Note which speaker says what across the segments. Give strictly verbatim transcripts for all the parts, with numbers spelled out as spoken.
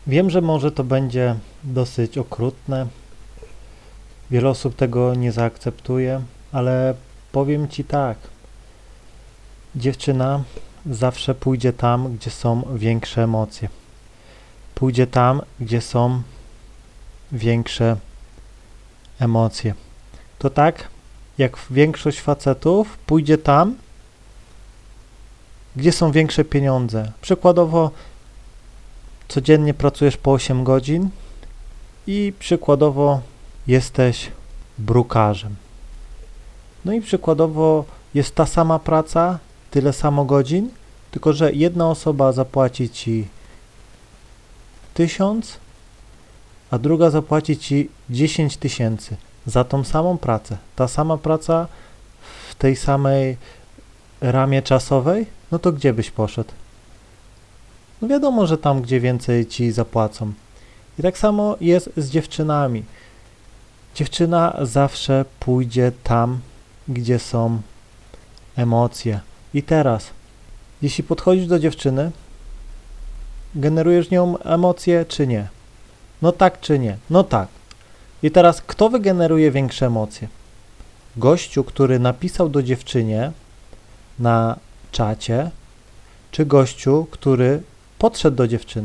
Speaker 1: Wiem, że może to będzie dosyć okrutne, wiele osób tego nie zaakceptuje, ale powiem Ci tak, dziewczyna zawsze pójdzie tam, gdzie są większe emocje. Pójdzie tam, gdzie są większe emocje. To tak, jak większość facetów pójdzie tam, gdzie są większe pieniądze. Przykładowo codziennie pracujesz po osiem godzin i przykładowo jesteś brukarzem. No i przykładowo jest ta sama praca, tyle samo godzin, tylko że jedna osoba zapłaci Ci tysiąc, a druga zapłaci Ci dziesięć tysięcy za tą samą pracę. Ta sama praca w tej samej ramie czasowej, no to gdzie byś poszedł? No wiadomo, że tam, gdzie więcej Ci zapłacą. I tak samo jest z dziewczynami. Dziewczyna zawsze pójdzie tam, gdzie są emocje. I teraz, jeśli podchodzisz do dziewczyny, generujesz nią emocje, czy nie? No tak, czy nie? No tak. I teraz, kto wygeneruje większe emocje? Gościu, który napisał do dziewczynie na czacie, czy gościu, który podszedł do dziewczyny?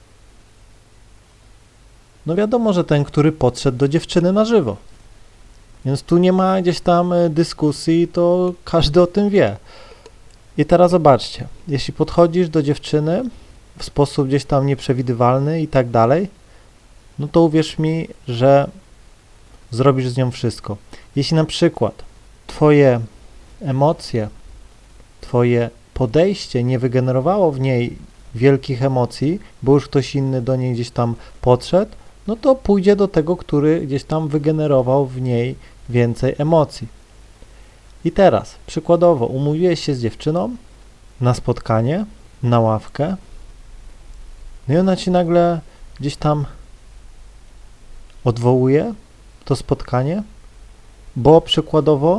Speaker 1: No wiadomo, że ten, który podszedł do dziewczyny na żywo. Więc tu nie ma gdzieś tam dyskusji, to każdy o tym wie. I teraz zobaczcie, jeśli podchodzisz do dziewczyny w sposób gdzieś tam nieprzewidywalny i tak dalej, no to uwierz mi, że zrobisz z nią wszystko. Jeśli na przykład twoje emocje, twoje podejście nie wygenerowało w niej wielkich emocji, bo już ktoś inny do niej gdzieś tam podszedł, no to pójdzie do tego, który gdzieś tam wygenerował w niej więcej emocji. I teraz, przykładowo, umówiłeś się z dziewczyną na spotkanie, na ławkę, no i ona ci nagle gdzieś tam odwołuje to spotkanie, bo przykładowo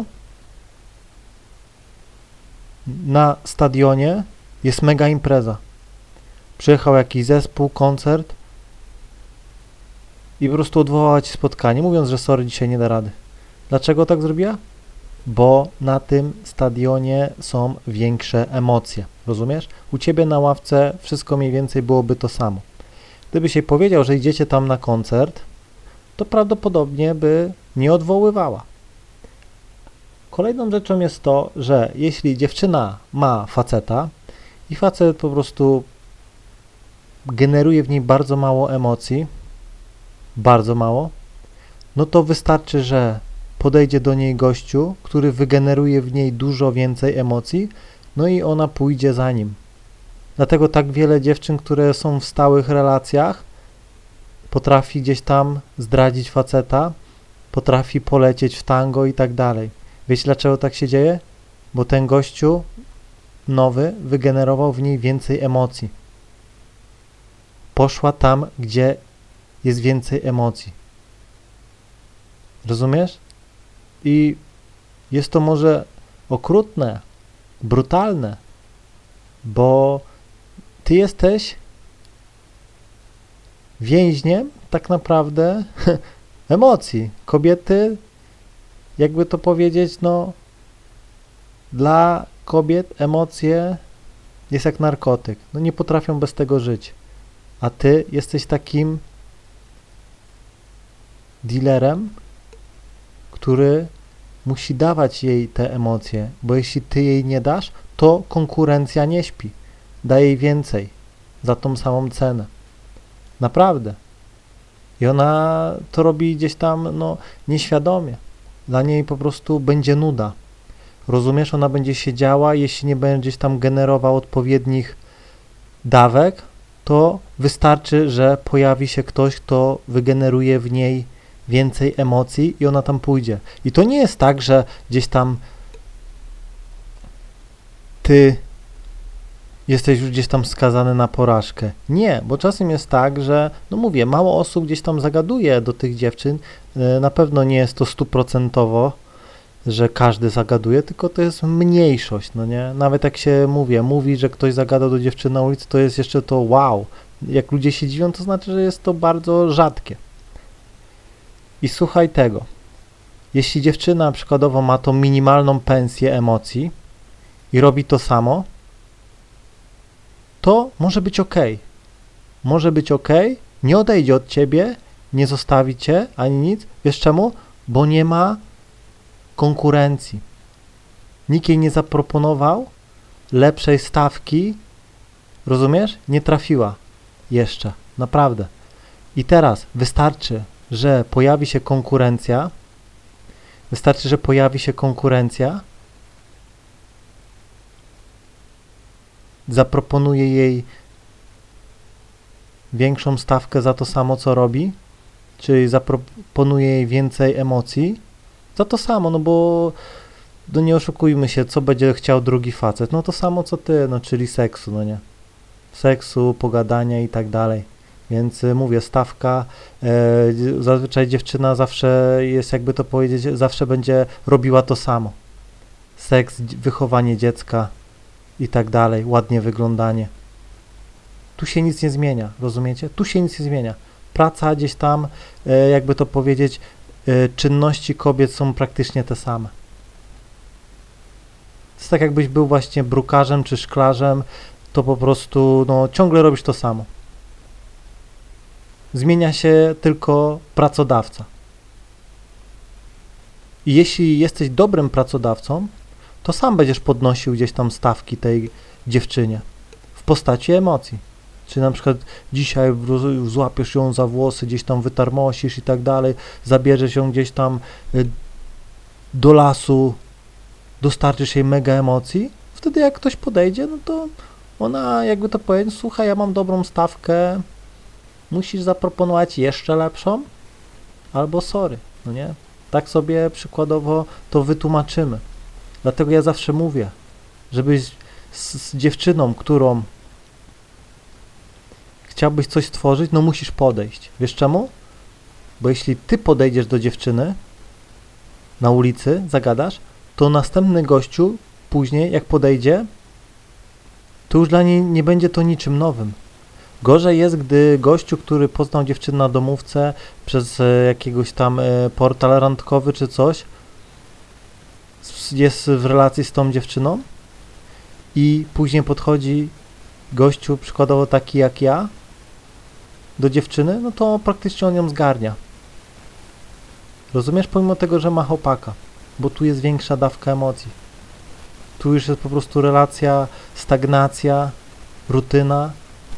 Speaker 1: na stadionie jest mega impreza. Przyjechał jakiś zespół, koncert i po prostu odwołała ci spotkanie, mówiąc, że sorry, dzisiaj nie da rady. Dlaczego tak zrobiła? Bo na tym stadionie są większe emocje, rozumiesz? U ciebie na ławce wszystko mniej więcej byłoby to samo. Gdybyś jej powiedział, że idziecie tam na koncert, to prawdopodobnie by nie odwoływała. Kolejną rzeczą jest to, że jeśli dziewczyna ma faceta i facet po prostu generuje w niej bardzo mało emocji, bardzo mało, no to wystarczy, że podejdzie do niej gościu, który wygeneruje w niej dużo więcej emocji, no i ona pójdzie za nim. Dlatego tak wiele dziewczyn, które są w stałych relacjach, potrafi gdzieś tam zdradzić faceta, potrafi polecieć w tango i tak dalej. Wiecie, dlaczego tak się dzieje? Bo ten gościu nowy wygenerował w niej więcej emocji. Poszła tam, gdzie jest więcej emocji. Rozumiesz? I jest to może okrutne, brutalne, bo ty jesteś więźniem tak naprawdę emocji. Kobiety, jakby to powiedzieć, no dla kobiet emocje jest jak narkotyk. No nie potrafią bez tego żyć. A ty jesteś takim dealerem, który musi dawać jej te emocje, bo jeśli ty jej nie dasz, to konkurencja nie śpi. Daje jej więcej za tą samą cenę. Naprawdę. I ona to robi gdzieś tam, no, nieświadomie. Dla niej po prostu będzie nuda. Rozumiesz? Ona będzie siedziała, jeśli nie będzie gdzieś tam generował odpowiednich dawek, to wystarczy, że pojawi się ktoś, kto wygeneruje w niej więcej emocji i ona tam pójdzie. I to nie jest tak, że gdzieś tam ty jesteś już gdzieś tam skazany na porażkę. Nie, bo czasem jest tak, że, no mówię, mało osób gdzieś tam zagaduje do tych dziewczyn. Na pewno nie jest to stuprocentowo, że każdy zagaduje, tylko to jest mniejszość, no nie? Nawet jak się mówię, mówi, że ktoś zagadał do dziewczyny na ulicy, to jest jeszcze to wow. Jak ludzie się dziwią, to znaczy, że jest to bardzo rzadkie. I słuchaj tego. Jeśli dziewczyna przykładowo ma tą minimalną pensję emocji i robi to samo, to może być ok. Może być ok, nie odejdzie od ciebie, nie zostawi cię ani nic. Wiesz czemu? Bo nie ma konkurencji. Nikt jej nie zaproponował lepszej stawki. Rozumiesz? Nie trafiła jeszcze. Naprawdę. I teraz wystarczy, że pojawi się konkurencja. Wystarczy, że pojawi się konkurencja. Zaproponuje jej większą stawkę za to samo, co robi, czyli zaproponuje jej więcej emocji za to samo, no bo no nie oszukujmy się, co będzie chciał drugi facet, no to samo co ty, no czyli seksu, no nie, seksu, pogadania i tak dalej, więc y, mówię, stawka, e, zazwyczaj dziewczyna zawsze jest, jakby to powiedzieć, zawsze będzie robiła to samo, seks, wychowanie dziecka i tak dalej, ładnie wyglądanie. Tu się nic nie zmienia, rozumiecie? Tu się nic nie zmienia. Praca gdzieś tam, e, jakby to powiedzieć, e, czynności kobiet są praktycznie te same. To jest tak, jakbyś był właśnie brukarzem czy szklarzem, to po prostu no, ciągle robisz to samo. Zmienia się tylko pracodawca. I jeśli jesteś dobrym pracodawcą, to sam będziesz podnosił gdzieś tam stawki tej dziewczynie w postaci emocji. Czy na przykład dzisiaj złapiesz ją za włosy, gdzieś tam wytarmosisz i tak dalej, zabierzesz ją gdzieś tam do lasu, dostarczysz jej mega emocji, wtedy jak ktoś podejdzie, no to ona jakby to powiedzieć, słuchaj, ja mam dobrą stawkę, musisz zaproponować jeszcze lepszą, albo sorry, no nie? Tak sobie przykładowo to wytłumaczymy. Dlatego ja zawsze mówię, żebyś z, z dziewczyną, którą chciałbyś coś stworzyć, no musisz podejść. Wiesz czemu? Bo jeśli ty podejdziesz do dziewczyny na ulicy, zagadasz, to następny gościu później, jak podejdzie, to już dla niej nie będzie to niczym nowym. Gorzej jest, gdy gościu, który poznał dziewczynę na domówce przez e, jakiegoś tam e, portal randkowy czy coś, jest w relacji z tą dziewczyną i później podchodzi gościu, przykładowo taki jak ja, do dziewczyny, no to praktycznie on ją zgarnia. Rozumiesz? Pomimo tego, że ma chłopaka, bo tu jest większa dawka emocji. Tu już jest po prostu relacja, stagnacja, rutyna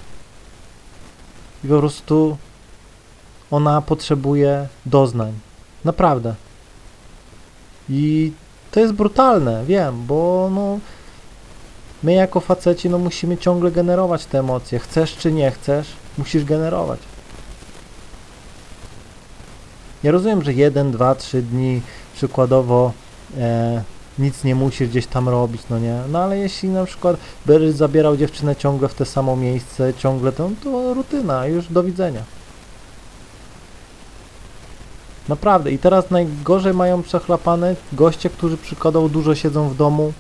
Speaker 1: i po prostu ona potrzebuje doznań. Naprawdę. I to jest brutalne, wiem, bo no my jako faceci no musimy ciągle generować te emocje. Chcesz czy nie chcesz, musisz generować. Ja rozumiem, że jeden, dwa, trzy dni przykładowo e, nic nie musisz gdzieś tam robić, no nie? No ale jeśli na przykład będziesz zabierał dziewczynę ciągle w te samo miejsce, ciągle to, to rutyna, już do widzenia. Naprawdę. I teraz najgorzej mają przechlapane goście, którzy przykładowo dużo siedzą w domu,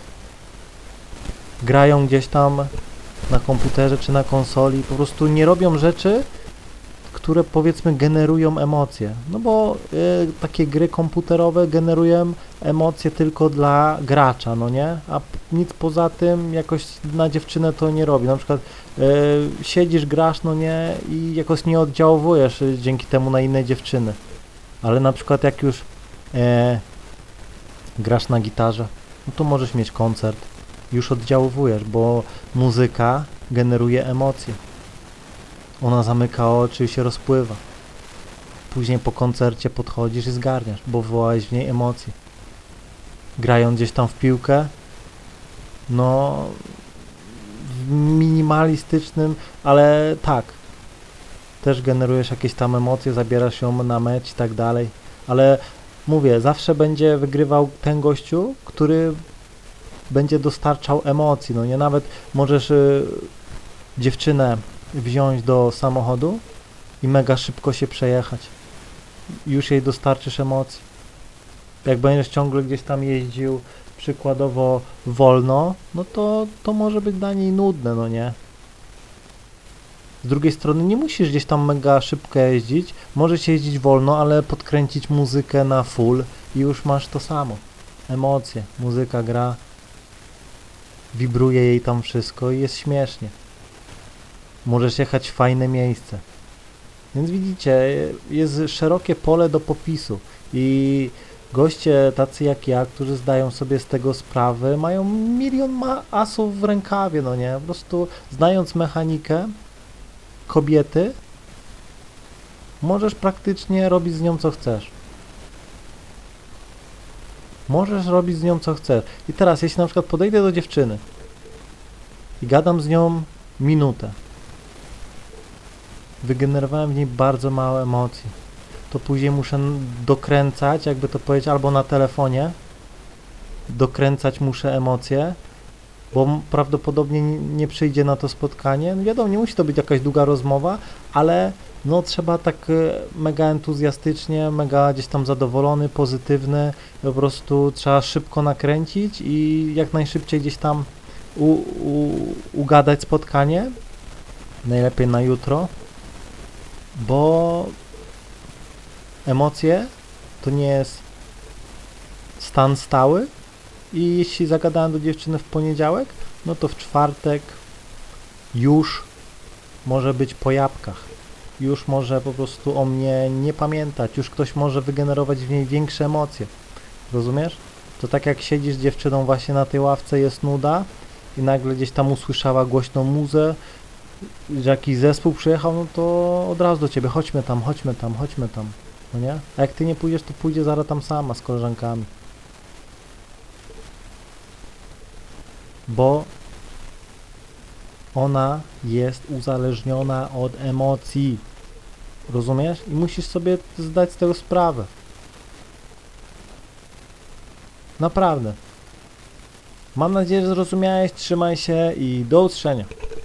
Speaker 1: grają gdzieś tam na komputerze czy na konsoli, po prostu nie robią rzeczy, które powiedzmy generują emocje. No bo y, takie gry komputerowe generują emocje tylko dla gracza, no nie? A nic poza tym jakoś na dziewczynę to nie robi. Na przykład y, siedzisz, grasz, no nie? I jakoś nie oddziałujesz y, dzięki temu na inne dziewczyny. Ale na przykład jak już e, grasz na gitarze, no to możesz mieć koncert, już oddziałujesz, bo muzyka generuje emocje. Ona zamyka oczy i się rozpływa. Później po koncercie podchodzisz i zgarniasz, bo wywołałeś w niej emocje. Grając gdzieś tam w piłkę, no w minimalistycznym, ale tak, też generujesz jakieś tam emocje, zabierasz ją na mecz i tak dalej, ale mówię, zawsze będzie wygrywał ten gościu, który będzie dostarczał emocji, no nie, nawet możesz y, dziewczynę wziąć do samochodu i mega szybko się przejechać, już jej dostarczysz emocji. Jak będziesz ciągle gdzieś tam jeździł przykładowo wolno, no to to może być dla niej nudne, no nie. Z drugiej strony nie musisz gdzieś tam mega szybko jeździć, możesz jeździć wolno, ale podkręcić muzykę na full i już masz to samo. Emocje, muzyka gra, wibruje jej tam wszystko i jest śmiesznie. Możesz jechać w fajne miejsce. Więc widzicie, jest szerokie pole do popisu i goście tacy jak ja, którzy zdają sobie z tego sprawę, mają milion ma asów w rękawie, no nie? Po prostu znając mechanikę kobiety, możesz praktycznie robić z nią co chcesz. Możesz robić z nią co chcesz. I teraz, jeśli na przykład podejdę do dziewczyny i gadam z nią minutę, wygenerowałem w niej bardzo mało emocji, to później muszę dokręcać, jakby to powiedzieć, albo na telefonie, dokręcać muszę emocje, bo prawdopodobnie nie przyjdzie na to spotkanie. No wiadomo, nie musi to być jakaś długa rozmowa, ale no trzeba tak mega entuzjastycznie, mega gdzieś tam zadowolony, pozytywny, po prostu trzeba szybko nakręcić i jak najszybciej gdzieś tam u, u, ugadać spotkanie, najlepiej na jutro, bo emocje to nie jest stan stały i jeśli zagadałem do dziewczyny w poniedziałek, no to w czwartek już może być po jabłkach. Już może po prostu o mnie nie pamiętać, już ktoś może wygenerować w niej większe emocje. Rozumiesz? To tak jak siedzisz z dziewczyną właśnie na tej ławce, jest nuda i nagle gdzieś tam usłyszała głośną muzę, że jakiś zespół przyjechał, no to od razu do ciebie, chodźmy tam, chodźmy tam, chodźmy tam, no nie? A jak ty nie pójdziesz, to pójdzie zaraz tam sama z koleżankami. Bo ona jest uzależniona od emocji. Rozumiesz? I musisz sobie zdać z tego sprawę. Naprawdę. Mam nadzieję, że zrozumiałeś, trzymaj się i do usłyszenia.